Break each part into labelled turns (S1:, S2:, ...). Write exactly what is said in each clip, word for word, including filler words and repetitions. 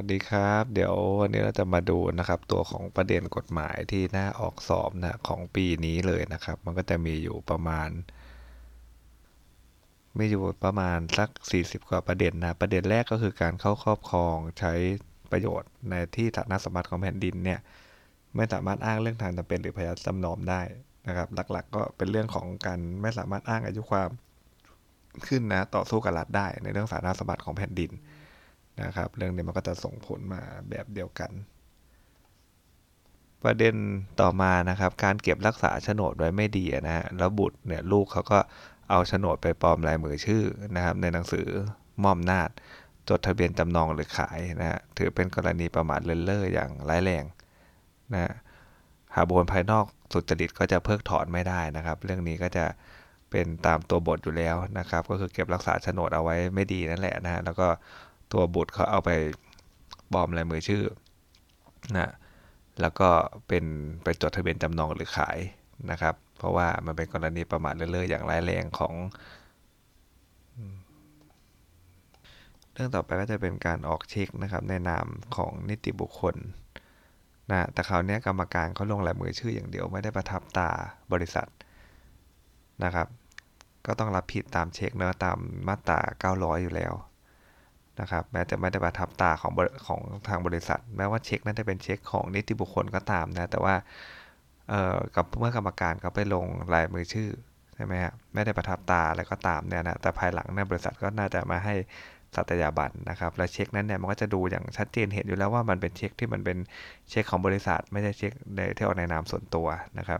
S1: ดีครับเดี๋ยววันนี้เราจะมาดูนะครับตัวของประเด็นกฎหมายที่น่าออกสอบนะของปีนี้เลยนะครับมันก็จะมีอยู่ประมาณมีอยู่ประมาณสักสี่สิบกว่าประเด็นนะประเด็นแรกก็คือการเข้าครอบครองใช้ประโยชน์ในที่สาธารณสมบัติของแผ่นดินเนี่ยไม่สามารถอ้างเรื่องทางจำเป็นหรือพยานจำนอมได้นะครับหลักๆก็เป็นเรื่องของการไม่สามารถอ้างอายุความขึ้นนะต่อสู้กับรัฐได้ในเรื่องสาธารณสมบัติของแผ่นดินนะครับเรื่องนี้มันก็จะส่งผลมาแบบเดียวกัน ประเด็นต่อมานะครับการเก็บรักษาโฉนดไว้ไม่ดีนะฮะแล้วบุตรเนี่ยลูกเขาก็เอาโฉนดไปปลอมลายมือชื่อนะครับในหนังสือมอบอำนาจจดทะเบียนจำนองหรือขายนะฮะถือเป็นกรณีประมาทเลินเล่ออย่างร้ายแรงนะฮะหากบุคคลภายนอกสุจริตก็จะเพิกถอนไม่ได้นะครับเรื่องนี้ก็จะเป็นตามตัวบทอยู่แล้วนะครับก็คือเก็บรักษาโฉนดเอาไว้ไม่ดีนั่นแหละนะฮะแล้วก็ตัวบุตรเขาเอาไปปลอมลายมือชื่อนะแล้วก็เป็นไปจดทะเบียนจำนองหรือขายนะครับเพราะว่ามันเป็นกรณีประมาทเลินเล่ออย่างร้ายแรงของเรื่องต่อไปก็จะเป็นการออกเช็คนะครับในนามของนิติบุคคลนะแต่คราวนี้กรรมการเขาลงลายมือชื่ออย่างเดียวไม่ได้ประทับตาบริษัทนะครับก็ต้องรับผิดตามเช็คเนื้อตามมาตราเก้าร้อยอยู่แล้วนะครับแม้จะไม่ได้ประทับตาของของทางบริษัทแม้ว่าเช็คนั้นจะเป็นเช็คของนิติบุคคลก็ตามนะแต่ว่าเอ่อกับเมื่อกรรมการเขาไปลงลายมือชื่อใช่ไหมฮะไม่ได้ประทับตาอะไรก็ตามเนี่ยนะแต่ภายหลังในบริษัทก็น่าจะมาให้สัตยาบันนะครับและเช็คนั้นเนี่ยมันก็จะดูอย่างชัดเจนเห็นอยู่แล้วว่ามันเป็นเช็คที่มันเป็นเช็คของบริษัทไม่ใช่เช็คในที่ออกในนามส่วนตัวนะครับ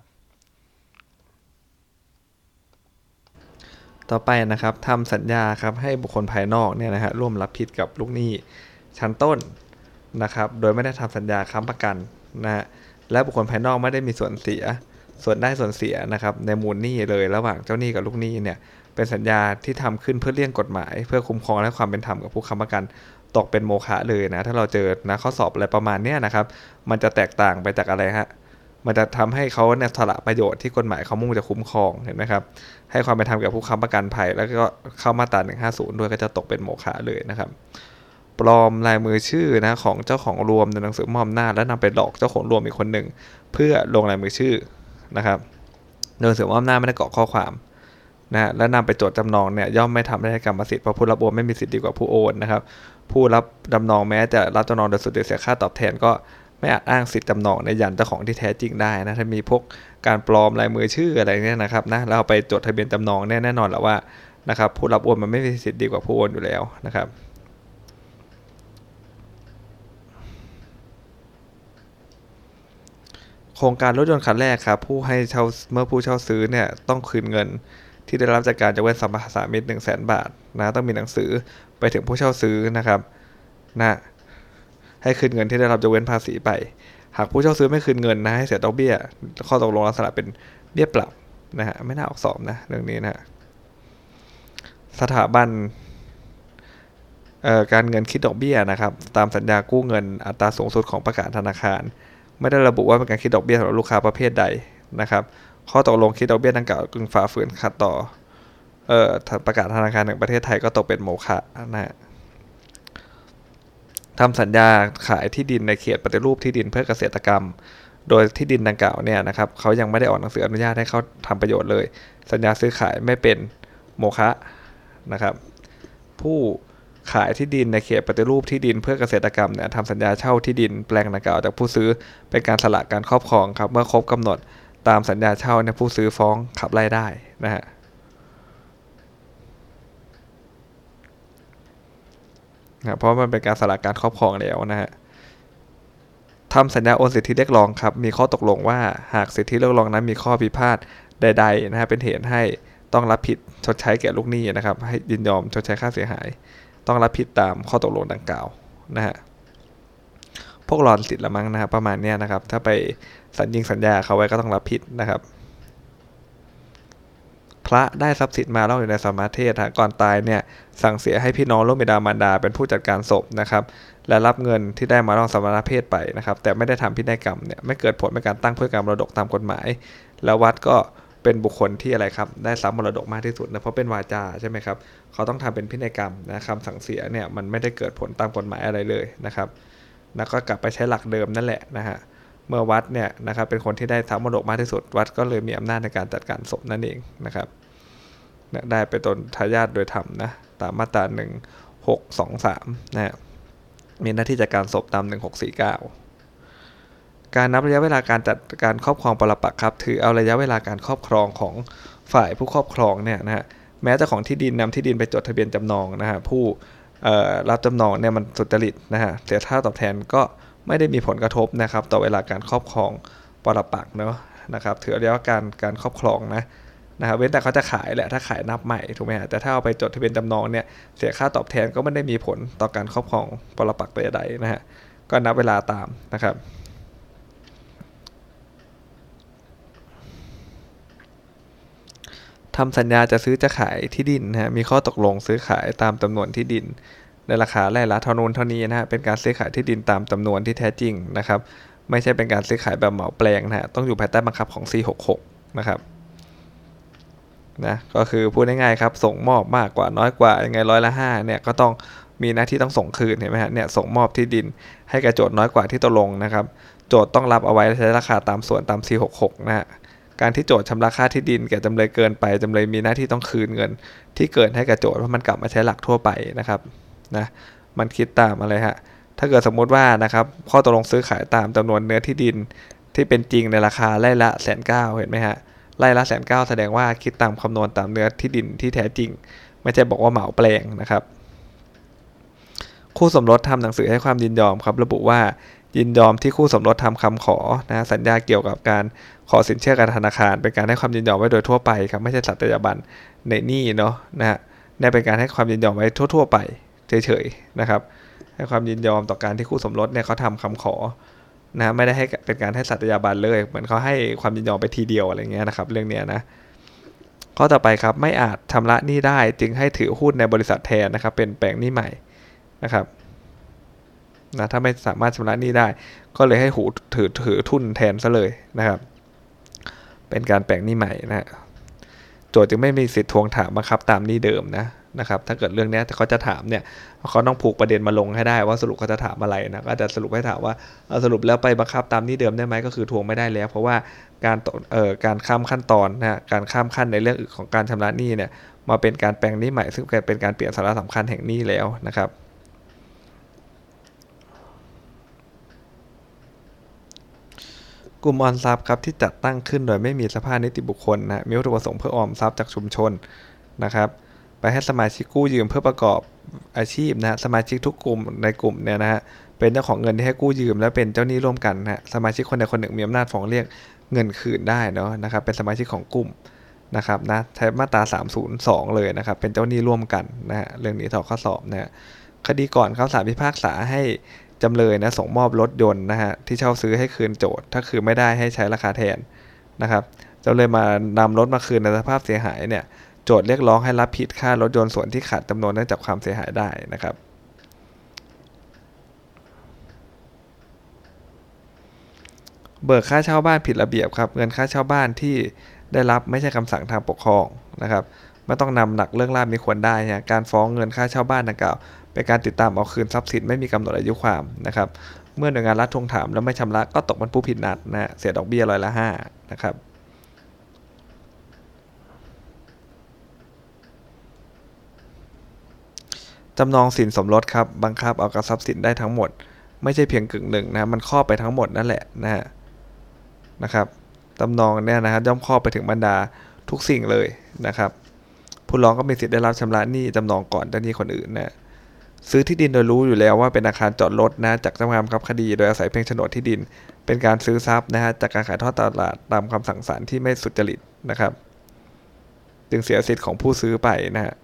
S1: ต่อไปนะครับทำสัญญาครับให้บุคคลภายนอกเนี่ยนะฮะร่วมรับผิดกับลูกหนี้ชั้นต้นนะครับโดยไม่ได้ทำสัญญาค้ำประกันนะฮะและบุคคลภายนอกไม่ได้มีส่วนเสียส่วนได้ส่วนเสียนะครับในมูลหนี้เลยระหว่างเจ้าหนี้กับลูกหนี้เนี่ยเป็นสัญญาที่ทำขึ้นเพื่อเลี่ยงกฎหมายเพื่อคุ้มครองและความเป็นธรรมกับผู้ค้ำประกันตกเป็นโมฆะเลยนะถ้าเราเจอนะข้อสอบอะไรประมาณเนี้ยนะครับมันจะแตกต่างไปจากอะไรฮะมันจะทำให้เขาเนี่ยสละประโยชน์ที่กฎหมายเขามุ่งจะคุ้มครองเห็นไหมครับให้ความเป็นธรรมกับผู้ค้ำประกันภัยแล้วก็เข้ามาตราหนึ่งห้าศูนย์ด้วยก็จะตกเป็นโมฆะเลยนะครับ ปลอมลายมือชื่อนะของเจ้าของรวมในหนังสือมอบอำนาจและนำไปหลอกเจ้าของรวมอีกคนหนึ่งเพื่อลงลายมือชื่อนะครับโดยหนังสือมอบอำนาจไม่ได้เกาะข้อความนะและนำไปจดจำนองเนี่ยย่อมไม่ทำให้กรรมสิทธิ์เพราะผู้รับโอนไม่มีสิทธิ์ดีกว่าผู้โอนนะครับผู้รับจำนองแม้จะรับจำนองโดยสุดเสียค่าตอบแทนก็ไม่อาจอ้างสิทธิ์จำนองในยันเจ้าของที่แท้จริงได้นะถ้ามีพวกการปลอมลายมือชื่ออะไรเนี่ยนะครับนะแล้วเอาไปจดทะเบียนจำนองแน่แน่นอนแหละว่านะครับผู้รับโอนมันไม่มีสิทธิ์ดีกว่าผู้โอนอยู่แล้วนะครับ โครงการรถยนต์คันแรกครับผู้ให้เช่าเมื่อผู้เช่าซื้อเนี่ยต้องคืนเงินที่ได้รับจากการจะเว้นสัมปทานมิตรหนึ่งแสนบาทนะต้องมีหนังสือไปถึงผู้เช่าซื้อนะครับนะให้คืนเงินที่ได้รับจะเว้นภาษีไปหากผู้เช่าซื้อไม่คืนเงินนะให้เสียดอกเบี้ยข้อตกลงลักษณะเป็นเบี้ยปรับนะฮะไม่น่าออกสอบนะเรื่องนี้นะสถาบันการเงินคิดดอกเบี้ยนะครับตามสัญญากู้เงินอัตราสูงสุดของประกาศธนาคารไม่ได้ระบุว่าเป็นการคิดดอกเบี้ยสำหรับลูกค้าประเภทใดนะครับข้อตกลงคิดดอกเบี้ยดังกล่าวกึ่งฝ่าฝืนขัดต่อเอ่อประกาศธนาคารแห่งประเทศไทยก็ตกเป็นโมฆะนะฮะทำสัญญาขายที่ดินในเขตปฏิรูปที่ดินเพื่อเกษตรกรรมโดยที่ดินดังกล่าวเนี่ยนะครับเขายังไม่ได้ออกหนังสืออนุญาตให้เขาทำประโยชน์เลยสัญญาซื้อขายไม่เป็นโมฆะนะครับผู้ขายที่ดินในเขตปฏิรูปที่ดินเพื่อเกษตรกรรมเนี่ยทำสัญญาเช่าที่ดินแปลงดังกล่าวจากผู้ซื้อเป็นการสละการครอบครองครับเมื่อครบกำหนดตามสัญญาเช่าเนี่ยผู้ซื้อฟ้องขับไล่ได้นะฮะเพราะมันเป็นการสละการครอบครองแล้วนะฮะทำสัญญาโอนสิทธิเรียกร้องครับมีข้อตกลงว่าหากสิทธิเรียกร้องนั้นมีข้อพิพาทใดๆนะฮะเป็นเหตุให้ต้องรับผิดชดใช้แก่ลูกหนี้นะครับให้ยินยอมชดใช้ค่าเสียหายต้องรับผิดตามข้อตกลงดังกล่าวนะฮะพวกรอนสิทธิ์ละมั้งนะครับประมาณนี้นะครับถ้าไปสัญญิงสัญญาเขาไว้ก็ต้องรับผิดนะครับพระได้ทรัพย์สินมาเล่าอยู่ในสมาเทศก่อนตายเนี่ยสั่งเสียให้พี่น้องร่วมบิดามารดาเป็นผู้จัดการศพนะครับและรับเงินที่ได้มาล่องสมณเพศไปนะครับแต่ไม่ได้ทำพินัยกรรมเนี่ยไม่เกิดผลเป็นการตั้งเพื่อการมรดกตามกฎหมายแล้ววัดก็เป็นบุคคลที่อะไรครับได้ทรัพย์มรดกมากที่สุดนะเพราะเป็นวาจาใช่ไหมครับเขาต้องทำเป็นพินัยกรรมนะคำสั่งเสียเนี่ยมันไม่ได้เกิดผลตามกฎหมายอะไรเลยนะครับนะก็กลับไปใช้หลักเดิมนั่นแหละนะฮะเมื่อวัดเนี่ยนะครับเป็นคนที่ได้ทรัพย์มรดกมากที่สุดวัดก็เลยมีอำนาจในการจัดการศพนั่นเองนะครับได้ไปตนทายาทโดยธรรมนะตามมาตราหนึ่งหกสองสามนะฮะมีหน้าที่จัดการศพตามหนึ่งหกสี่เก้าการนับระยะเวลาการจัดการครอบครองปรปักษ์ครับถือเอาระยะเวลาการครอบครองของฝ่ายผู้ครอบครองเนี่ยนะฮะแม้เจ้าของที่ดินนำที่ดินไปจดทะเบียนจำนองนะฮะผู้รับจำนองเนี่ยมันสุจริตนะฮะเสียค่าตอบแทนก็ไม่ได้มีผลกระทบนะครับต่อเวลาการครอบครองปรปักษ์เนาะนะครับถือระยะการการครอบครองนะนะครับเว้นแต่เขาจะขายแหละถ้าขายนับใหม่ถูกไหมฮะแต่ถ้าเอาไปจดทะเบียนจำนองเนี่ยเสียค่าตอบแทนก็ไม่ได้มีผลต่อการครอบครองปรปักษ์ใดๆนะฮะก็นับเวลาตามนะครับทำสัญญาจะซื้อจะขายที่ดินนะฮะมีข้อตกลงซื้อขายตามจำนวนที่ดินในราคาไร่ละเท่านู้นเท่านี้นะฮะเป็นการซื้อขายที่ดินตามจำนวนที่แท้จริงนะครับไม่ใช่เป็นการซื้อขายแบบเหมาแปลงนะฮะต้องอยู่ภายใต้บังคับของ สี่หกหก นะครับนะก็คือพูดง่ายๆครับส่งมอบมากกว่าน้อยกว่ายังไงร้อยละห้าเนี่ยก็ต้องมีหน้าที่ต้องส่งคืนเห็นไหมฮะเนี่ยส่งมอบที่ดินให้กับโจทย์น้อยกว่าที่ตกลงนะครับโจทย์ต้องรับเอาไว้ใช้ราคาตามส่วนตาม สี่หกหก นะฮะการที่โจทย์ชำระค่าที่ดินแก่จำเลยเกินไปจำเลยมีหน้าที่ต้องคืนเงินที่เกินให้กับโจทย์เพราะมันกลับมาใช้หลักทั่วไปนะครับนะมันคิดตามอะไรฮะถ้าเกิดสมมุติว่านะครับข้อตกลงซื้อขายตามจำนวนเนื้อที่ดินที่เป็นจริงในราคาไร่ละแสนเก้าเห็นไหมฮะไร่ละแสนเก้าแสดงว่าคิดตามคำนวณตามเนื้อที่ดินที่แท้จริงไม่ใช่บอกว่าเหมาแปลงนะครับคู่สมรสทำหนังสือให้ความยินยอมครับระบุว่ายินยอมที่คู่สมรสทำคำขอนะสัญญาเกี่ยวกับการขอสินเชื่อกับธนาคารเป็นการให้ความยินยอมไว้โดยทั่วไปครับไม่ใช่สัตยาบันในหนี้เนาะนะฮะนี่เป็นการให้ความยินยอมไว้ทั่วๆไปเฉยๆนะครับให้ความยินยอมต่อการที่คู่สมรสเนี่ยเขาทำคำขอนะไม่ได้ให้เป็นการให้สัตยาบันเลยเหมือนเขาให้ความยินยอมไปทีเดียวอะไรเงี้ยนะครับเรื่องเนี้ยนะข้อต่อไปครับไม่อาจชำระหนี้ได้จึงให้ถือหุ้นในบริษัทแทนนะครับเป็นแปลงหนี้ใหม่นะครับนะถ้าไม่สามารถชำระหนี้ได้ก็เลยให้หูถือถือทุนแทนซะเลยนะครับเป็นการแปลงหนี้ใหม่นะโจทย์จึงไม่มีสิทธิ์ทวงถามบังคับตามหนี้เดิมนะนะครับถ้าเกิดเรื่องนี้เขาจะถามเนี่ยเขาต้องผูกประเด็นมาลงให้ได้ว่าสรุปเขาจะถามอะไรนะก็จะสรุปให้ถามว่าสรุปแล้วไปบังคับตามหนี้เดิมได้ไหมก็คือทวงไม่ได้แล้วเพราะว่าการเอ่อการข้ามขั้นตอนนะการข้ามขั้นในเรื่องอื่นของการชำระหนี้เนี่ยมาเป็นการแปลงหนี้ใหม่ซึ่งเป็นการเปลี่ยนสาระสำคัญแห่งหนี้แล้วนะครับกลุ่มออมทรัพย์ครับที่จัดตั้งขึ้นโดยไม่มีสภาพนิติบุคคลนะมีวัตถุประสงค์เพื่อออมทรัพย์จากชุมชนนะครับไปให้สมาชิกกู้ยืมเพื่อประกอบอาชีพนะสมาชิกทุกกลุ่มในกลุ่มเนี่ยนะฮะเป็นเจ้าของเงินที่ให้กู้ยืมและเป็นเจ้าหนี้ร่วมกันนะสมาชิกคนใดคนหนึ่งมีอำนาจฟ้องเรียกเงินคืนได้เนาะนะครับเป็นสมาชิกของกลุ่มนะครับนะใช้มาตราสามศูนย์สองเลยนะครับเป็นเจ้าหนี้ร่วมกันนะฮะเรื่องนี้สอบข้อสอบนะฮะคดีก่อนเขาศาลพิพากษาให้จำเลยนะส่งมอบรถยนต์นะฮะที่เช่าซื้อให้คืนโจทย์ถ้าคือไม่ได้ให้ใช้ราคาแทนนะครับจำเลยมานำรถมาคืนในสภาพเสียหายเนี่ยโจทย์เรียกร้องให้รับผิดค่ารถยนต์ส่วนที่ขาดจำนวนเนื่องจากความเสียหายได้นะครับเบิกค่าเช่าบ้านผิดระเบียบครับเงินค่าเช่าบ้านที่ได้รับไม่ใช่คำสั่งทางปกครองนะครับไม่ต้องนำหนักเรื่องล่ามนี้ควรได้นะการฟ้องเงินค่าเช่าบ้านดังกล่าวเป็นการติดตามเอาคืนทรัพย์สินไม่มีกำหนดอายุความนะครับเมื่อหน่วยงานรัฐทวงถามแล้วไม่ชำระก็ตกเป็นผู้ผิดนัดนะเสียดอกเบี้ยร้อยละห้านะครับจำนองสินสมรสครับบังคับเอากับทรัพย์สินได้ทั้งหมดไม่ใช่เพียงกึ่งหนึ่งนะมันครอบไปทั้งหมดนั่นแหละนะฮะนะครับจำนองเนี่ยนะฮะย่อมครอบไปถึงบรรดาทุกสิ่งเลยนะครับผู้ร้องก็มีสิทธิ์ได้รับชำระหนี้จำนองก่อนเจ้าหนี้คนอื่นนะซื้อที่ดินโดยรู้อยู่แล้วว่าเป็นอาคารจอดรถนะจากเจ้าพนักงานบังคับคดีโดยอาศัยเพียงโฉนดที่ดินเป็นการซื้อทรัพย์นะฮะจากการขายทอดตลาดตามคำสั่งศาลที่ไม่สุจริตนะครับจึงเสียสิทธิ์ของผู้ซื้อไปนะฮะ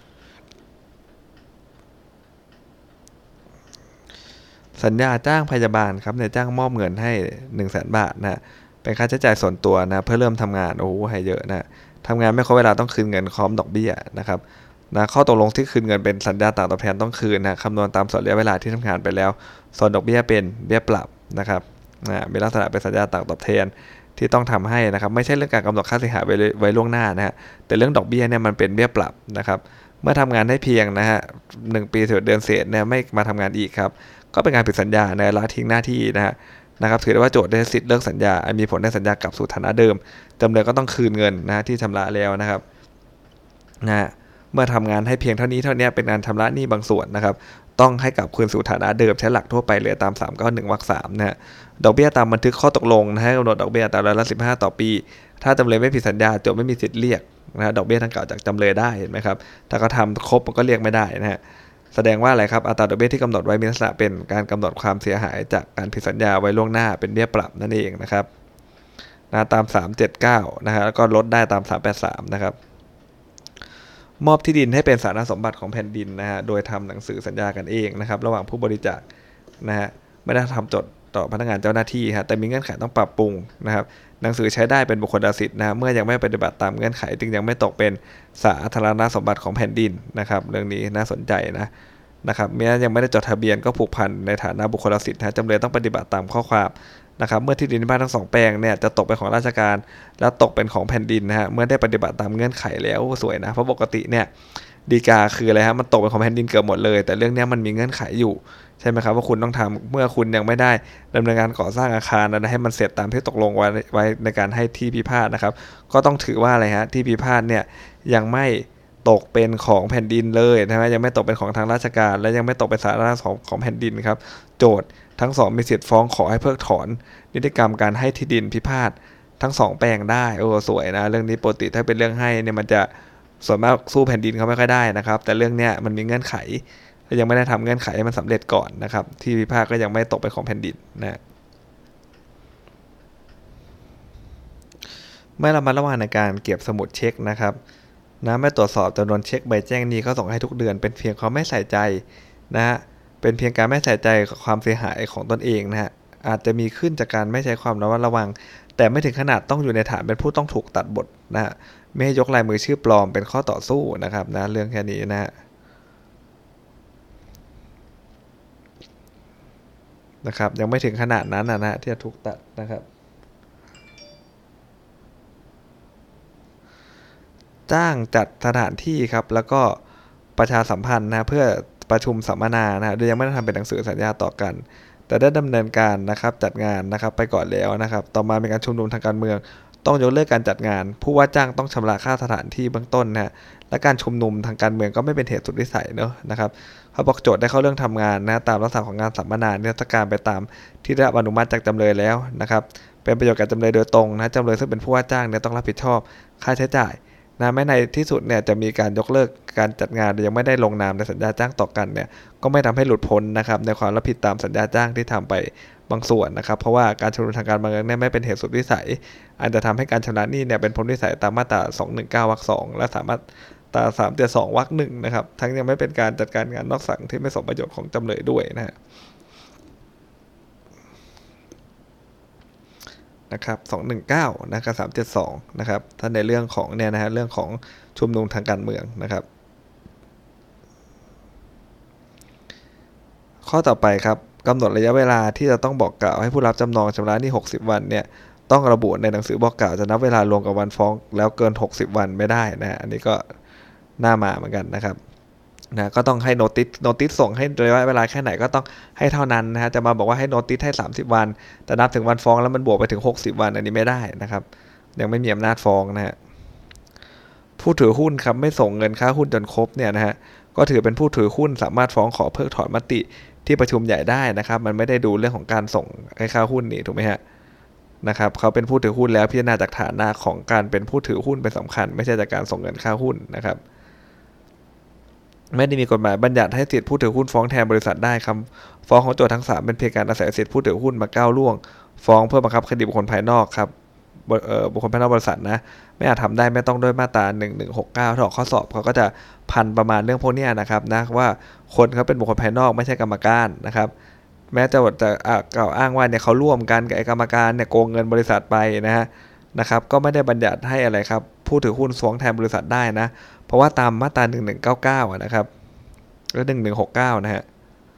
S1: สัญญาจ้างพยาบาลครับนายจ้างมอบเงินให้ หนึ่งแสน บาทนะเป็นค่าใช้จ่ายส่วนตัวนะเพื่อเริ่มทำงานโอ้โหให้เยอะนะทำงานไม่ครบเวลาต้องคืนเงินพร้อมดอกเบี้ยนะครับนะข้อตกลงที่คืนเงินเป็นสัญญาต่างตอบแทนต้องคืนนะคำนวณตามส่วนระยะเวลาที่ทำงานไปแล้วส่วนดอกเบี้ยเป็นเบี้ยปรับนะครับนะมีลักษณะเป็นสัญญาต่างตอบแทนที่ต้องทำให้นะครับไม่ใช่เรื่องการกำหนดค่าเสียหายไว้ไว้ล่วงหน้านะฮะแต่เรื่องดอกเบี้ยเนี่ยมันเป็นเบี้ยปรับนะครับเมื่อทำงานได้เพียงนะฮะหนึ่งปีสิบเดือนเศษเนี่ยไม่มาทำงานอีกครับก็เป็นการผิดสัญญาในละทิ้งหน้าที่นะฮะนะครับถือได้ว่าโจทย์ได้สิทธิ์เลิกสัญญาอันมีผลให้สัญญากลับสู่ฐานะเดิมจำเลยก็ต้องคืนเงินนะที่ชำระแล้วนะครับนะเมื่อทำงานให้เพียงเท่านี้เท่านี้เป็นการชำระหนี้บางส่วนนะครับต้องให้กลับคืนสู่ฐานะเดิมใช้หลักทั่วไปเลยตามสามเก้าหนึ่งวรรคสามนะฮะดอกเบี้ยตามบันทึกข้อตกลงนะฮะกำหนดดอกเบี้ยอัตราร้อยละสิบห้าต่อปีถ้าจำเลยไม่ผิดสัญญาโจทย์ไม่มีสิทธิ์เรียกนะฮะดอกเบี้ยดังกล่าวจากจำเลยได้เห็นไหมครับถ้าเขาทำครบมันก็เรียกไม่ได้นะฮะแสดงว่าอะไรครับอัตราดอกเบี้ยที่กำหนดไว้มีลักษณะเป็นการกำหนดความเสียหายจากการผิดสัญญาไว้ล่วงหน้าเป็นเบี้ยปรับนั่นเองนะครับนะตามสามเจ็ดเก้านะฮะแล้วก็ลดได้ตามสามแปดสามนะครับมอบที่ดินให้เป็นสาธารณสมบัติของแผ่นดินนะฮะโดยทำหนังสือสัญญากันเองนะครับระหว่างผู้บริจาคนะฮะไม่ได้ทำจดต่อพนักงานเจ้าหน้าที่ฮะแต่มีเงื่อนไขต้องปรับปรุงนะครับหนังสือใช้ได้เป็นบุคคลสิทธิ์นะเมื่อยังไม่ปฏิบัติตามเงื่อนไขจึงยังไม่ตกเป็นสาธารณสมบัติของแผ่นดินนะครับเรื่องนี้น่าสนใจนะนะครับแม้ยังไม่ได้จดทะเบียนก็ผูกพันในฐานะบุคคลสิทธิ์นะจำเลยต้องปฏิบัติตามข้อความนะครับเมื่อที่ดินบ้านทั้งสองแปลงเนี่ยจะตกเป็นของราชการและตกเป็นของแผ่นดินนะฮะเมื่อได้ปฏิบัติตามเงื่อนไขแล้วสวยนะเพราะปกติเนี่ยฎีกาคืออะไรฮะมันตกเป็นของแผ่นดินเกือบหมดเลยแต่เรื่องนี้มันมีเงื่อนไขอยู่ใช่ไหมครับว่าคุณต้องทำเมื่อคุณยังไม่ได้ดำเนินการก่อสร้างอาคารนะให้มันเสร็จตามที่ตกลงไว้ไว้ในการให้ที่พิพาทนะครับก็ต้องถือว่าอะไรฮะที่พิพาทเนี่ยยังไม่ตกเป็นของแผ่นดินเลยนะฮะยังไม่ตกเป็นของทางราชการและยังไม่ตกเป็นสาธารณของของแผ่นดินครับโจทย์ทั้งสองมีสิทธิ์ฟ้องขอให้เพิกถอนนิติกรรมการให้ที่ดินพิพาททั้งสองแปลงได้โอ้สวยนะเรื่องนี้ปกติถ้าเป็นเรื่องให้เนี่ยมันจะส่วนมากสู้แผ่นดินเขาไม่ค่อยได้นะครับแต่เรื่องเนี้ยมันมีเงื่อนไขยังไม่ได้ทำเงื่อนไขให้มันสำเร็จก่อนนะครับที่พิพาทก็ยังไม่ตกเป็นของแผ่นดินนะเมื่อเรามาระวังในการเก็บสมุดเช็คนะครับนะไม่ตรวจสอบจำนวนเช็คใบแจ้งหนี้เขาส่งให้ทุกเดือนเป็นเพียงเขาไม่ใส่ใจนะฮะเป็นเพียงการไม่ใส่ใจความเสียหายของตนเองนะฮะอาจจะมีขึ้นจากการไม่ใช้ความระมัดระวังแต่ไม่ถึงขนาดต้องอยู่ในฐานเป็นผู้ต้องถูกตัดบทนะฮะไม่ให้ยกลายมือชื่อปลอมเป็นข้อต่อสู้นะครับนะเรื่องแค่นี้นะฮะนะครับยังไม่ถึงขนาดนั้นนะฮะที่จะถูกตัดนะครับจ้างจัดสถานที่ครับแล้วก็ประชาสัมพันธ์นะเพื่อประชุมสัมมนานะโดยยังไม่ได้ทำเป็นหนังสือสัญญาต่อกันแต่ได้ดำเนินการนะครับจัดงานนะครับไปก่อนแล้วนะครับต่อมาเป็นการชุมนุมทางการเมืองต้องยกเลิกการจัดงานผู้ว่าจ้างต้องชำระค่าสถานที่เบื้องต้นนะและการชุมนุมทางการเมืองก็ไม่เป็นเหตุสุดวิสัยเนอะนะครับเขาบอกโจทย์ได้เข้าเรื่องทำงานนะตามลักษณะของงานสัมมนานิทรรศการไปตามที่ได้รับอนุมัติจากจำเลยแล้วนะครับเป็นประโยชน์กับจำเลยโดยตรงนะจำเลยซึ่งเป็นผู้ว่าจ้างเนี่ยต้องรับผิดชอบค่าใช้จ่ายนะแม้ในที่สุดเนี่ยจะมีการยกเลิกการจัดงานโดยยังไม่ได้ลงนามในสัญญาจ้างต่อกันเนี่ยก็ไม่ทำให้หลุดพ้นนะครับในความรับผิดตามสัญญาจ้างที่ทำไปบางส่วนนะครับเพราะว่าการชุมนุมทางการเมืองเนี่ยไม่เป็นเหตุสุดวิสัยอาจจะทำให้การชำระหนี้เนี่ยเป็นพ้นวิสัยตามมาตราสองหนึ่งเก้าวรรคสองและสามารถตราสามเจ็ดสองวรรคหนึ่งนะครับทั้งยังไม่เป็นการจัดการงานนอกสั่งที่ไม่สมประโยชน์ของจำเลยด้วยนะฮะนะครับสองหนึ่งเก้านะครับสามเจ็ดสองนะครับท่านในเรื่องของเนี่ยนะฮะเรื่องของชุมนุมทางการเมืองนะครับข้อต่อไปครับกำหนดระยะเวลาที่จะต้องบอกกล่าวให้ผู้รับจำนองชำระหนี้หกสิบวันเนี่ยต้องระบุในหนังสือบอกกล่าวจะนับเวลารวมกับวันฟ้องแล้วเกินหกสิบวันไม่ได้นะฮะอันนี้ก็น่ามาเหมือนกันนะครับนะก็ต้องให้โนติสโนติสส่งให้ระยะเวลาแค่ไหนก็ต้องให้เท่านั้นนะฮะจะมาบอกว่าให้โนติสให้สามสิบวันแต่นับถึงวันฟ้องแล้วมันบวกไปถึงหกสิบวันอันนี้ไม่ได้นะครับยังไม่มีอำนาจฟ้องนะฮะผู้ถือหุ้นครับไม่ส่งเงินค่าหุ้นจนครบเนี่ยนะฮะก็ถือเป็นผู้ถือหุ้นสามารถฟ้องขอเพิกถอนมติที่ประชุมใหญ่ได้นะครับมันไม่ได้ดูเรื่องของการส่งค่าหุ้นนี่ถูกไหมฮะนะครับเขาเป็นผู้ถือหุ้นแล้วพิจารณาจากฐานะของการเป็นผู้ถือหุ้นเป็นสำคัญไม่ใช่จากการส่งเงินค่าหุ้นนะครับไม่ได้มีกฎหมายบัญญัติให้สิทธิผู้ถือหุ้นฟ้องแทนบริษัทได้คำฟ้องของโจทก์ทั้งสามเป็นเพียงการอาศัยสิทธิผู้ถือหุ้นมาก้าวล่วงฟ้องเพื่อบังคับคดีบุคคลภายนอกครับบุคคลภายนอกบริษัทนะไม่อาจทำได้ไม่ต้องด้วยมาตราหนึ่งหนึ่งหกเก้าถ้าออกข้อสอบเขาก็จะพันประมาณเรื่องพวกนี้นะครับนะว่าคนเขาเป็นบุคคลภายนอกไม่ใช่กรรมการนะครับแม้จะจะกล่าวอ้างว่าเนี่ยเขาร่วมกันกับกรรมการเนี่ยโกงเงินบริษัทไปนะฮะนะครับก็ไม่ได้บัญญัติให้อะไรครับผู้ถือหุ้นฟ้องแทนบริษัทได้นะเพราะว่าตามมาตราหนึ่งหนึ่งเก้าเก้านะครับหรือหนึ่งหนึ่งหกเก้านะฮะ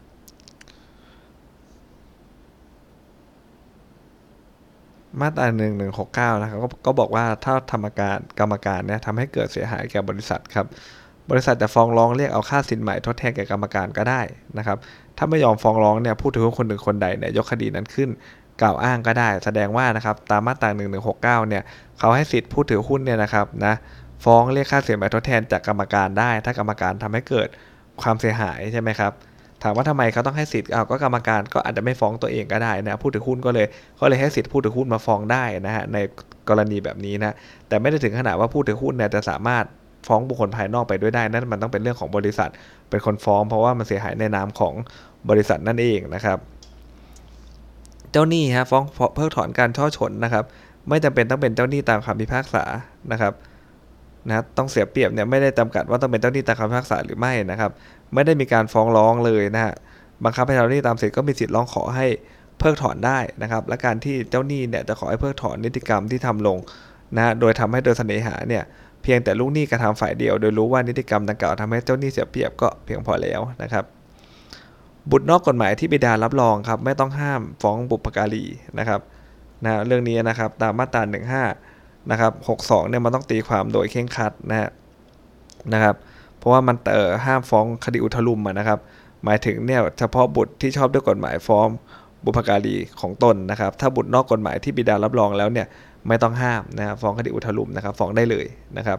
S1: มาตราหนึ่งหนึ่งหกเก้านะครับก็บอกว่าถ้าธรรมการกรรมการเนี่ยทำให้เกิดเสียหายแก่บริษัทครับบริษัทจะฟ้องร้องเรียกเอาค่าสินไหมทดแทนแก่กรรมการก็ได้นะครับถ้าไม่ยอมฟ้องร้องเนี่ยผู้ถือหุ้นคนหนึ่งคนใดเนี่ยยกคดีนั้นขึ้นกล่าวอ้างก็ได้แสดงว่านะครับตามมาตราหนึ่งหนึ่งหกเก้าเนี่ยเขาให้สิทธิผู้ถือหุ้นเนี่ยนะครับนะฟ้องเรียกค่าเสียหายทดแทนจากกรรมการได้ถ้ากรรมการทำให้เกิดความเสียหายใช่ไหมครับถามว่าทำไมเขาต้องให้สิทธิ์เอาก็กรรมการก็อาจจะไม่ฟ้องตัวเองก็ได้นะผู้ถือหุ้นก็เลยก็เลยให้สิทธิ์ผู้ถือหุ้นมาฟ้องได้นะฮะในกรณีแบบนี้นะแต่ไม่ได้ถึงขนาดว่าผู้ถือหุ้นเนี่ยจะสามารถฟ้องบุคคลภายนอกไปด้วยได้นั่นมันต้องเป็นเรื่องของบริษัทเป็นคนฟ้องเพราะว่ามันเสียหายในนามของบริษัทนั่นเองนะครับเจ้าหนี้ฮะฟ้องเพิกถอนการช่อฉนนะครับไม่จำเป็นต้องเป็นเจ้าหนี้ตามคำพิพากษานะครับนะต้องเสียเปรียบเนี่ยไม่ได้จำกัดว่าต้องเป็นเจ้าหนี้ตามคำพิพากษาหรือไม่นะครับไม่ได้มีการฟ้องร้องเลยนะฮะบังคับให้เจ้าหนี้ตามสิทธิ์ก็มีสิทธิ์ร้องขอให้เพิกถอนได้นะครับและการที่เจ้าหนี้เนี่ยจะขอให้เพิกถอนนิติกรรมที่ทำลงนะโดยทำให้โดยเสน่หาเนี่ยเพียงแต่ลูกหนี้กระทำฝ่ายเดียวโดยรู้ว่านิติกรรมดังกล่าวทำให้เจ้าหนี้เสียเปรียบก็เพียงพอแล้วนะครับบุตรนอกกฎหมายที่บิดารับรองครับไม่ต้องห้ามฟ้องบุพการีนะครับนะเรื่องนี้นะครับตามมาตราหนึ่งห้านะครับหกสิบสองเนี่ยมันต้องตีความโดยเคร่งครัดนะฮะนะครับเพราะว่ามันเอ่อห้ามฟ้องคดีอุทลุมนะครับหมายถึงเนี่ยเฉพาะบุตรที่ชอบด้วยกฎหมายฟ้องบุพการีของตนนะครับถ้าบุตรนอกกฎหมายที่บิดารับรองแล้วเนี่ยไม่ต้องห้ามนะครับฟ้องคดีอุทลุมนะครับฟ้องได้เลยนะครับ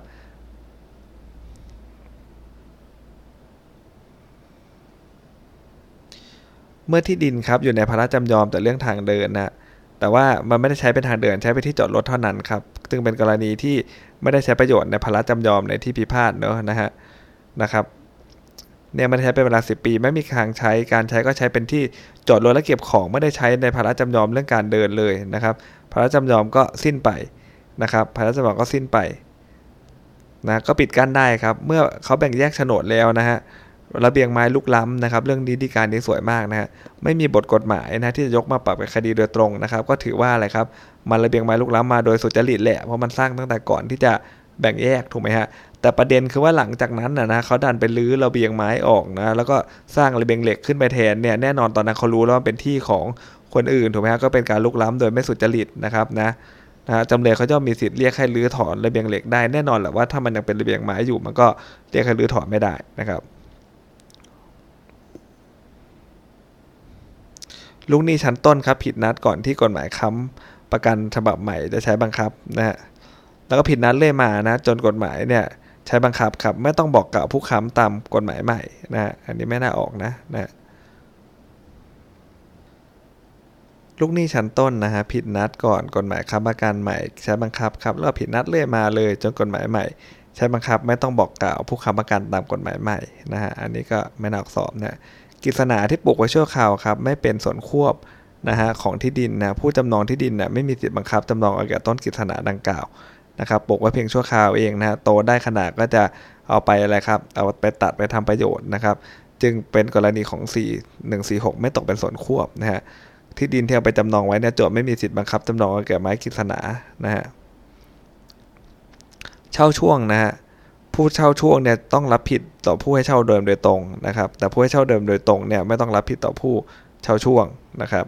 S1: เมื่อที่ดินครับอยู่ในภาระจำยอมแต่เรื่องทางเดินนะแต่ว่ามันไม่ได้ใช้เป็นทางเดินใช้ไปที่จอดรถเท่านั้นครับซึ่งเป็นกรณีที่ไม่ได้ใช้ประโยชน์ในภาระจำยอมในที่พิพาทเนอะนะฮะนะครับเนี่ยมันใช้เป็นเวลาสิบปีไม่มีทางใช้การใช้ก็ใช้เป็นที่จอดรถและเก็บของไม่ได้ใช้ในภาระจำยอมเรื่องการเดินเลยนะครับภาระจำยอมก็สิ้นไปนะครับภาระจำยอมก็สิ้นไปนะก็ปิดกั้นได้ครับเมื่อเขาแบ่งแยกโฉนดแล้วนะฮะระเบียงไม้ลุกล้ำนะครับเรื่องนี้ดีการนี้สวยมากนะฮะไม่มีบทกฎหมายนะที่จะยกมาปรับเป็นคดีโดยตรงนะครับก็ถือว่าอะไรครับมันระเบียงไม้ลุกล้ำมาโดยสุจริตแหละเพราะมันสร้างตั้งแต่ก่อนที่จะแบ่งแยกถูกไหมฮะแต่ประเด็นคือว่าหลังจากนั้นนะนะเขาดันไปรื้อระเบียงไม้ออกนะแล้วก็สร้างระเบียงเหล็กขึ้นไปแทนเนี่ยแน่นอนตอนนั้นเขารู้แล้วว่าเป็นที่ของคนอื่นถูกไหมฮะก็เป็นการลุกล้ำโดยไม่สุจริตนะครับนะนะจำเลยเขาจะมีสิทธิ์เรียกให้รื้อถอนระเบียงเหล็กได้แน่นอนแหละว่าถ้ามันยังเป็นระเบียงไม้อยู่มันก็เรียกให้รื้อถอนไม่ได้นะครับลูกหนี้ชั้นต้นครับผิดนัดก่อนที่กฎหมายค้ำประกันฉบับใหม่จะใช้บังคับนะฮะแล้วก็ผิดนัดเรื่อยมานะจนกฎหมายเนี่ยใช้บังคับครับไม่ต้องบอกกล่าวผู้ค้ำตามกฎหมายใหม่นะฮะอันนี้ไม่น่าออกนะนะลูกหนี้ชั้นต้นนะฮะผิดนัดก่อนกฎหมายค้ำประกันใหม่ใช้บังคับครับแล้วผิดนัดเรื่อยมาเลยจนกฎหมายใหม่ใช้บังคับไม่ต้องบอกกล่าวผู้ค้ำประกันตามกฎหมายใหม่นะฮะอันนี้ก็ไม่น่าออกสอบนะกฤษณาที่ปลูกไว้ชั่วคราวครับไม่เป็นส่วนควบนะฮะของที่ดินนะผู้จำนองที่ดินนะไม่มีสิทธิบังคับจำนองเอาแก่ต้นกฤษณาดังกล่าวนะครับปลูกไว้เพียงชั่วคราวเองนะโตได้ขนาดก็จะเอาไปอะไรครับเอาไปตัดไปทำประโยชน์นะครับจึงเป็นกรณีของสี่ หนึ่ง สี่ หกไม่ตกเป็นส่วนควบนะฮะที่ดินที่เอาไปจำนองไว้เนี่ยโจทย์ไม่มีสิทธิบังคับจำนองเอาแก่ไม้กฤษณานะฮะเช่าช่วงนะฮะผู้เช่าช่วงเนี่ยต้องรับผิดต่อผู้ให้เช่าเดิมโดยตรงนะครับแต่ผู้ให้เช่าเดิมโดยตรงเนี่ยไม่ต้องรับผิดต่อผู้เช่าช่วงนะครับ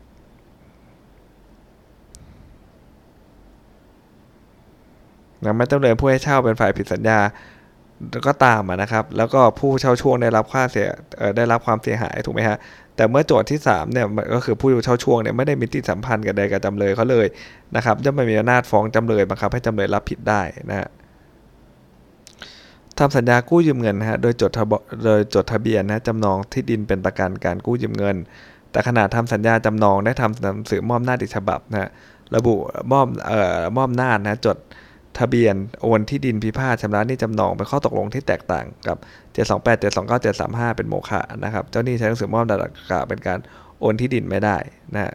S1: นะไม่ต้องเลยผู้ให้เช่าเป็นฝ่ายผิดสัญญาก็ตามนะครับแล้วก็ผู้เช่าช่วงได้รับค่าเสียได้รับความเสียหายถูกไหมฮะแต่เมื่อโจทย์ที่สามเนี่ยก็คือผู้เช่าช่วงเนี่ยไม่ได้มีติดสัมพันธ์กับใดกับจำเลยเขาเลยนะครับย่อมไม่มีอำนาจฟ้องจำเลยบังคับให้จำเลยรับผิดได้นะฮะทำสัญญากู้ยืมเงินนะฮะโดยจดโดยจดทะเบียนนะจำนองที่ดินเป็นประกันการกู้ยืมเงินแต่ขณะทำสัญญาจำนองได้ทำหนังสือมอบหน้าอีกฉบับนะระบุมอบเอ่อมอบหน้านะจดทะเบียนโอนที่ดินพิพาทชำระหนี้จำนองเป็นข้อตกลงที่แตกต่างกับเจ็ดสองแปด เจ็ดสองเก้า เจ็ดสามห้าเป็นโมฆะนะครับเจ้าหนี้ใช้หนังสือมอบดังกล่าวเป็นการโอนที่ดินไม่ได้นะ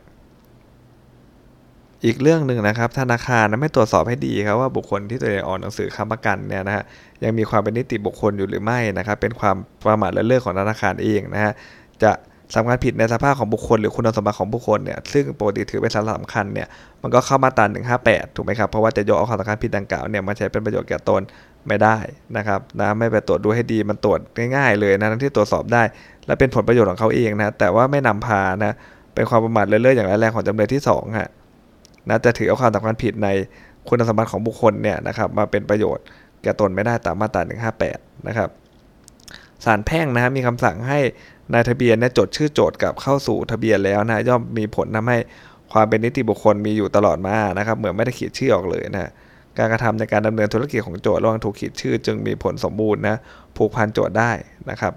S1: อีกเรื่องหนึ่งนะครับธนาคารไม่ตรวจสอบให้ดีครับว่าบุคคลที่ตัวเองออกหนังสือค้ำประกันเนี่ยนะฮะยังมีความเป็นนิติบุคคลอยู่หรือไม่นะครับเป็นความประมาทเลินเล่อของธนาคารเองนะฮะจะสำคัญผิดในสภาพของบุคคลหรือคุณสมบัติของบุคคลเนี่ยซึ่งปกติถือเป็นสาระสำคัญเนี่ยมันก็เข้ามาตราหนึ่งห้าแปดถูกไหมครับเพราะว่าจะยกเอาความสำคัญผิดดังกล่าวเนี่ยมาใช้เป็นประโยชน์แก่ตนไม่ได้นะครับนะไม่ไปตรวจดูให้ดีมันตรวจง่ายๆเลยนะทั้งที่ตรวจสอบได้และเป็นผลประโยชน์ของเขาเองนะแต่ว่าไม่นำพานะเป็นความประมาทเลินเล่ออย่างร้ายแรงของจำเลยที่สองฮะนะจะถือเอาความสำคัญผิดในคุณสมบัติของบุคคลเนี่ยนะครับมาเป็นประโยชน์แก่ตนไม่ได้ตามมาตราหนึ่งห้าแปดนะครับศาลแพ่งนะฮะมีคำสั่งให้นายทะเบียนเนี่ยจดชื่อโจทก์กลับเข้าสู่ทะเบียนแล้วนะย่อมมีผลทำให้ความเป็นนิติบุคคลมีอยู่ตลอดมานะครับเหมือนไม่ได้ขีดชื่อออกเลยนะการกระทำในการดำเนินธุรกิจของโจทก์ระหว่างถูกขีดชื่อจึงมีผลสมบูรณ์นะผูกพันโจทก์ได้นะครับ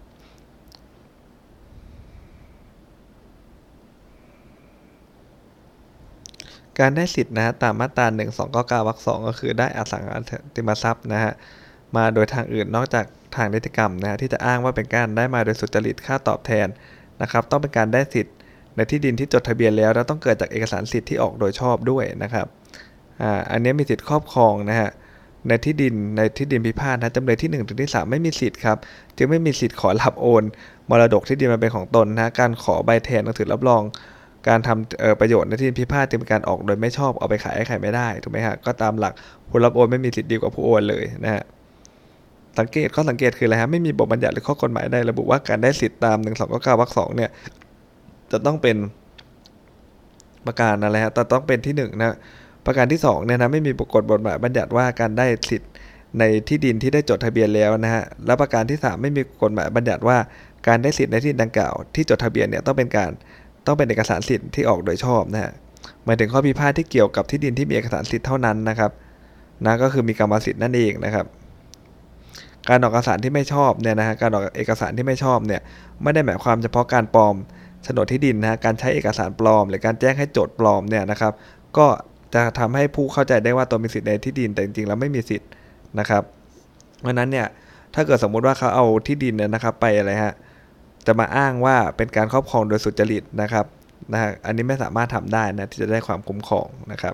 S1: การได้สิทธินะฮะตามมาตราหนึ่งสองเก้าเก้าวรรคสองก็คือได้อสังหาริมทรัพย์นะฮะมาโดยทางอื่นนอกจากทางนิติกรรมนะฮะที่จะอ้างว่าเป็นการได้มาโดยสุจริตค่าตอบแทนนะครับต้องเป็นการได้สิทธิ์ในที่ดินที่จดทะเบียนแล้วและต้องเกิดจากเอกสารสิทธิ์ที่ออกโดยชอบด้วยนะครับอ่าอันนี้มีสิทธิ์ครอบครองนะฮะในที่ดินในที่ดินพิพาทนะจำเลยที่หนึ่งถึงที่สามไม่มีสิทธิ์ครับจึงไม่มีสิทธิ์ขอรับโอนมรดกที่ดินมาเป็นของตนนะการขอใบแทนหนังสือรับรองการทำประโยชน์ในที่ดินพิพาทจึงเป็นการออกโดยไม่ชอบเอาไปขายให้ใครไม่ได้ถูกไหมฮะก็ตามหลักผู้รับโอนไม่มีสิทธิ์ดีกว่าผู้โอนเลยนะฮะสังเกตข้อสังเกตคืออะไรฮะไม่มีบทบัญญัติหรือข้อกฎหมายใดระบุว่าการได้สิทธิ์ตามหนึ่งสองเก้าเก้าวรรคสองเนี่ยจะต้องเป็นประการอะไรฮะแต่ต้องเป็นที่หนึ่งนะประการที่สองเนี่ยนะไม่มีกฎบทบัญญัติว่าการได้สิทธิ์ในที่ดินที่ได้จดทะเบียนแล้วนะฮะและประการที่สามไม่มีกฎหมายบัญญัติว่าการได้สิทธิ์ในที่ดินดังกล่าวที่จดทะเบียนเนี่ยต้องเป็นการต้องเป็นเอกสารสิทธิ์ที่ออกโดยชอบนะฮะหมายถึงข้อพิพาทที่เกี่ยวกับที่ดินที่มีเอกสารสิทธิ์เท่านั้นนะครับนะก็คือมีกรรมสิทธิ์นั่นเองนะครับการออกเอกสารที่ไม่ชอบเนี่ยนะฮะการออกเอกสารที่ไม่ชอบเนี่ยไม่ได้หมายความเฉพาะการปลอมโฉนดที่ดินนะฮะการใช้เอกสารปลอมหรือการแจ้งให้โจทก์ปลอมเนี่ยนะครับก็จะทำให้ผู้เข้าใจได้ว่าตนมีสิทธิ์ในที่ดินแต่จริงๆแล้วไม่มีสิทธิ์นะครับเพราะนั้นเนี่ยถ้าเกิดสมมุติว่าเขาเอาที่ดินเนี่ยนะครับไปอะไรฮะจะมาอ้างว่าเป็นการครอบครองโดยสุจริตนะครับนะฮะอันนี้ไม่สามารถทำได้นะที่จะได้ความคุ้มครองนะครับ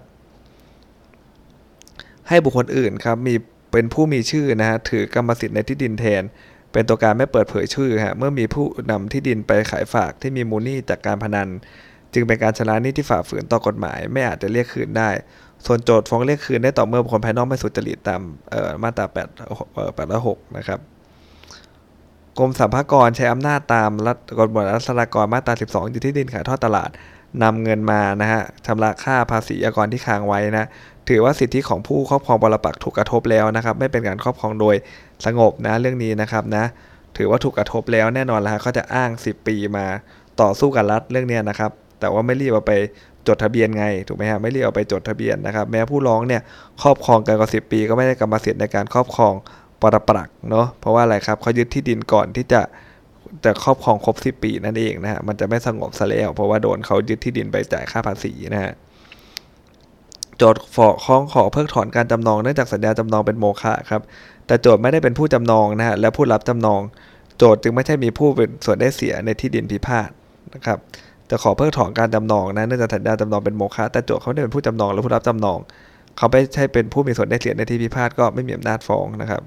S1: ให้บุคคลอื่นครับมีเป็นผู้มีชื่อนะฮะถือกรรมสิทธิ์ในที่ดินแทนเป็นตัวการไม่เปิดเผยชื่อฮะเมื่อมีผู้นำที่ดินไปขายฝากที่มีมูลหนี้จากการพนันจึงเป็นการชำระหนี้ที่ฝ่าฝืนต่อกฎหมายไม่อาจจะเรียกคืนได้ส่วนโจทก์ฟ้องเรียกคืนได้ต่อเมื่อบุคคลภายนอกไม่สุจริตตามมาตราแปดเอ่อแปดร้อยหกนะครับกรมสรรพากรใช้อำนาจตามรัฐกฎหมายรัษฎากรมาตราสิบสองอยู่ที่ดินขายทอดตลาดนำเงินมานะฮะชำระค่าภาษีอากรที่ค้างไว้นะถือว่าสิทธิของผู้ครอบครองปรปักษ์ถูกกระทบแล้วนะครับไม่เป็นการครอบครองโดยสงบนะเรื่องนี้นะครับนะถือว่าถูกกระทบแล้วแน่นอนแล้วฮะเขาจะอ้างสิบปีมาต่อสู้กับรัฐเรื่องนี้นะครับแต่ว่าไม่รีบเอาไปจดทะเบียนไงถูกไหมฮะไม่รีบเอาไปจดทะเบียนนะครับแม้ผู้ร้องเนี่ยครอบครองเกินกว่าสิบปีก็ไม่ได้กรรมสิทธิ์ในการครอบครองปรปักษ์เนาะเพราะว่าอะไรครับเขายึดที่ดินก่อนที่จะจะครอบครองครบสิบปีนั่นเองนะฮะมันจะไม่สงบซะแล้วเพราะว่าโดนเขายึดที่ดินไปจ่ายค่าภาษีนะฮะโจทก์ฟ้องขอเพิกถอนการจำนองเนื่องจากสัญญาจำนองเป็นโมฆะครับแต่โจทก์ไม่ได้เป็นผู้จำนองนะฮะและผู้รับจำนองโจทก์จึงไม่ใช่มีผู้เป็นส่วนได้เสียในที่ดินพิพาทนะครับจะขอเพิกถอนการจำนองนะเนื่องจากสัญญาจำนองเป็นโมฆะแต่โจทก์เขาไม่ได้เป็นผู้จำนองหรือผู้รับจำนองเขาไม่ใช่เป็นผู้มีส่วนได้เสียในที่พิพาทก็ไม่มีอำนาจฟ้องนะครับ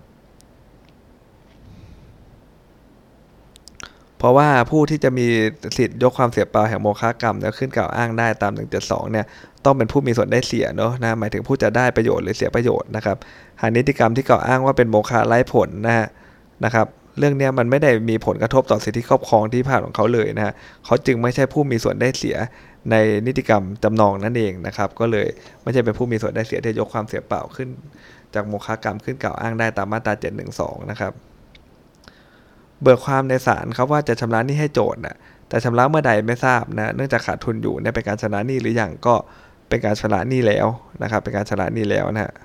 S1: เพราะว่าผู้ที่จะมีสิทธิ์ยกความเสียเปล่าแห่งโมฆะกรรมเนี่ยขึ้นกล่าวอ้างได้ตามหนึ่งเจ็ดสองเนี่ยต้องเป็นผู้มีส่วนได้เสียเนาะนะหมายถึงผู้จะได้ประโยชน์หรือเสียประโยชน์นะครับหากนิติกรรมที่กล่าวอ้างว่าเป็นโมฆะไร้ผลนะฮะนะครับเรื่องนี้มันไม่ได้มีผลกระทบต่อสิทธิครอบครองที่พิพาทของเขาเลยนะฮะเขาจึงไม่ใช่ผู้มีส่วนได้เสียในนิติกรรมจำนองนั่นเองนะครับก็เลยไม่ใช่เป็นผู้มีส่วนได้เสียที่ยกความเสียเปล่าขึ้นจากโมฆะกรรมขึ้นกล่าวอ้างได้ตามมาตราเจ็ดหนึ่งสองนะครับเบิกความในศาลครับว่าจะชำระหนี้ให้โจทก์นะแต่ชำระเมื่อใดไม่ทราบนะเนื่องจากขาดทุนอยู่เนี่ยเป็นการชำระหนี้หรือยังก็เป็นการชำระหนี้แล้วนะครับเป็นการชำระหนี้แล้วนะฮะ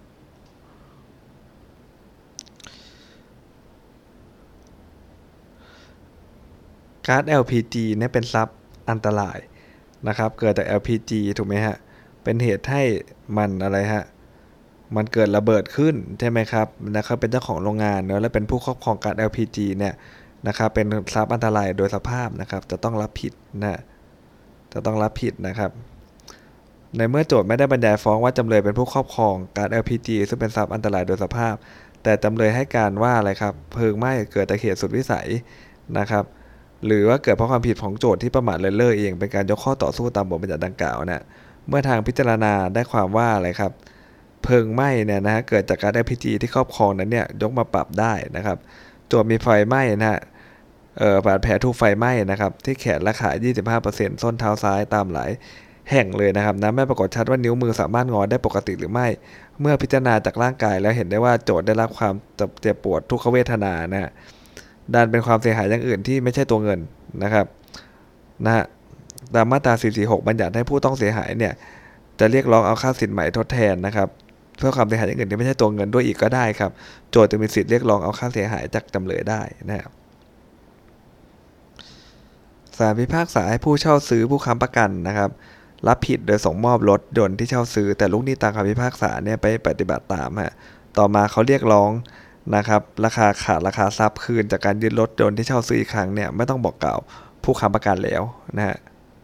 S1: ก๊าซ แอล พี จี เนี่ยเป็นทรัพย์อันตรายนะครับเกิดจาก แอล พี จี ถูกไหมฮะเป็นเหตุให้มันอะไรฮะมันเกิดระเบิดขึ้นใช่ไหมครับนะครับเป็นเจ้าของโรงงานเนอะและเป็นผู้ครอบครองก๊าซ แอล พี จี เนี่ยนะครับเป็นทรัพย์อันตรายโดยสภาพนะครับจะต้องรับผิดนะจะต้องรับผิดนะครับในเมื่อโจทก์ไม่ได้บรรยายฟ้องว่าจำเลยเป็นผู้ครอบครองก๊าซ แอล พี จี ซึ่งเป็นทรัพย์อันตรายโดยสภาพแต่จำเลยให้การว่าอะไรครับเพลิงไหม้เกิดจากเหตุสุดวิสัยนะครับหรือว่าเกิดเพราะความผิดของโจทก์ที่ประมาทเลินเล่อเองเป็นการยกข้อต่อสู้ตามบทบัญญัติดังกล่าวนะเมื่อทางพิจารณาได้ความว่าอะไรครับเพลิงไหม้เนี่ยนะฮะเกิดจากก๊าซ แอล พี จี ที่ครอบครองนั้นเนี่ยยกมาปรับได้นะครับโจทก์มีไฟไหม้นะฮะเอ่อบาดแผลถูกไฟไหม้นะครับที่แขนและขา ยี่สิบห้าเปอร์เซ็นต์ ส้นเท้าซ้ายตามหลายแห่งเลยนะครับนะไม่ปรากฏชัดว่านิ้วมือสามารถงอได้ปกติหรือไม่เมื่อพิจารณาจากร่างกายแล้วเห็นได้ว่าโจทก์ได้รับความเจ็บปวดทุกขเวทนานะฮะดันเป็นความเสียหายอย่างอื่นที่ไม่ใช่ตัวเงินนะครับนะฮะตามมาตราสี่สี่หกบัญญัติให้ผู้ต้องเสียหายเนี่ยจะเรียกร้องเอาค่าสินไหมทดแทนนะครับเพื่อความเสียหายอย่างอื่นที่ไม่ใช่ตัวเงินด้วยอีกก็ได้ครับโจทก์จะมีสิทธิ์เรียกร้องเอาค่าเสียหายจากจำเลยได้นะครับศาลพิพากษาให้ผู้เช่าซื้อผู้ค้ำประกันนะครับรับผิดโดยส่งมอบรถยนต์ที่เช่าซื้อแต่ลูกหนี้ตามคำพิพากษาเนี่ยไปปฏิบัติตามฮะต่อมาเขาเรียกร้องนะครับราคาขาดราคาทรัพย์คืนจากการยึดรถยนต์ที่เช่าซื้ออีกครั้งเนี่ยไม่ต้องบอกกล่าวผู้ค้ำประกันแล้วนะฮะ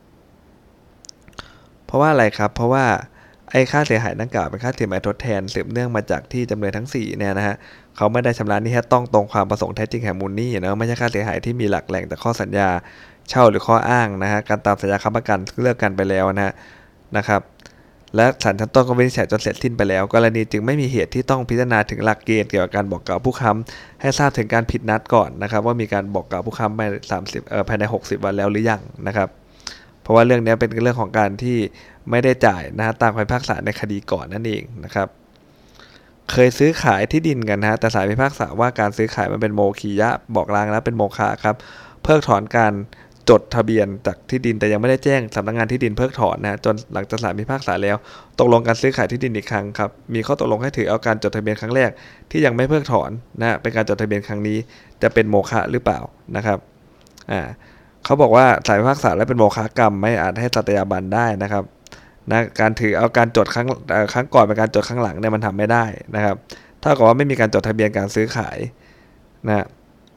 S1: เพราะว่าอะไรครับเพราะว่าไอ้ค่าเสียหายดังกล่าวเป็นค่าสินไหมทดแทนสืบเนื่องมาจากที่จำเลยทั้งสี่เนี่ยนะฮะเขาไม่ได้ชำระหนี้ให้ต้องตรงความประสงค์แท้จริงแห่งมูลหนี้นะไม่ใช่ค่าเสียหายที่มีหลักแหล่งจากข้อสัญญาเช่าหรือข้ออ้างนะฮะการตามสัญญาค้ำประกันเลิกกันไปแล้วนะฮะนะครับและศาลชั้นต้นก็วินิจฉัยจนเสร็จสิ้นไปแล้วกรณีจึงไม่มีเหตุที่ต้องพิจารณาถึงหลักเกณฑ์เกี่ยวกับการบอกกล่าวผู้ค้ำให้ทราบถึงการผิดนัดก่อนนะครับว่ามีการบอกกล่าวผู้ค้ำภายในสามสิบเอ่อภายในหกสิบวันแล้วหรือยังนะครับเพราะว่าเรื่องนี้เป็นเรื่องของการที่ไม่ได้จ่ายนะฮะตามคำพิพากษาในคดีก่อนนั่นเองนะครับเคยซื้อขายที่ดินกันนะฮะแต่ศาลพิพากษาว่าการซื้อขายมันเป็นโมฆียะบอกลางแล้วเป็นโมฆะครับเพิกถอนการจดทะเบียนจากที่ดินแต่ยังไม่ได้แจ้งสำนักงานที่ดินเพิกถอนนะจนหลังจากศาลพิพากษาแล้วตกลงการซื้อขายที่ดินอีกครั้งครับมีข้อตกลงให้ถือเอาการจดทะเบียนครั้งแรกที่ยังไม่เพิกถอนนะเป็นการจดทะเบียนครั้งนี้จะเป็นโมฆะหรือเปล่านะครับอ่าเขาบอกว่าศาลพิพากษาแล้วเป็นโมฆะกรรมไม่อาจให้สัตยาบันได้นะครับนะการถือเอาการจดครั้งครั้งก่อนเป็นการจดครั้งหลังเนี่ยมันทำไม่ได้นะครับถ้าเกิดว่าไม่มีการจดทะเบียนการซื้อขายนะ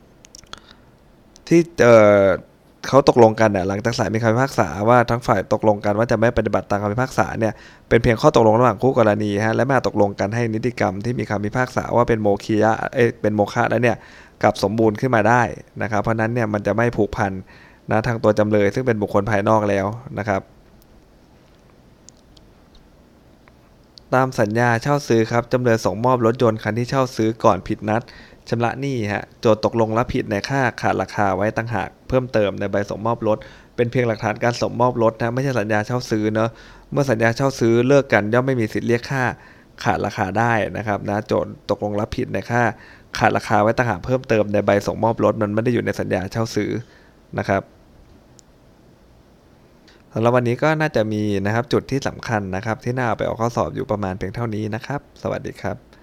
S1: ที่เอ่อเขาตกลงกันเนี่ยหลังจากศาลมีคำพิพากษาว่าทั้งฝ่ายตกลงกันว่าจะไม่ปฏิบัติตามคำพิพากษาเนี่ยเป็นเพียงข้อตกลงระหว่างคู่กรณีฮะและไม่อาจตกลงกันให้นิติกรรมที่มีคำพิพากษาว่าเป็นโมฆียะเอ้ยเป็นโมฆะแล้วเนี่ยกลับสมบูรณ์ขึ้นมาได้นะครับเพราะนั้นเนี่ยมันจะไม่ผูกพันนะทางตัวจำเลยซึ่งเป็นบุคคลภายนอกแล้วนะครับตามสัญญาเช่าซื้อครับจำเลยส่งมอบรถยนต์คันที่เช่าซื้อก่อนผิดนัดชำระหนี้ฮะโจทก์ตกลงรับผิดในค่าขาดราคาไว้ต่างหากเพิ่มเติมในใบส่งมอบรถเป็นเพียงหลักฐานการส่งมอบรถนะไม่ใช่สัญญาเช่าซื้อเนอะเมื่อสัญญาเช่าซื้อเลิกกันย่อมไม่มีสิทธิ์เรียกค่าขาดราคาได้นะครับนะโจทก์ตกลงรับผิดในค่าขาดราคาไว้ต่างหากเพิ่มเติมในใบส่งมอบรถมันไม่ได้อยู่ในสัญญาเช่าซื้อนะครับสำหรับวันนี้ก็น่าจะมีนะครับจุดที่สำคัญนะครับที่น่าเอาไปออกข้อสอบอยู่ประมาณเพียงเท่านี้นะครับสวัสดีครับ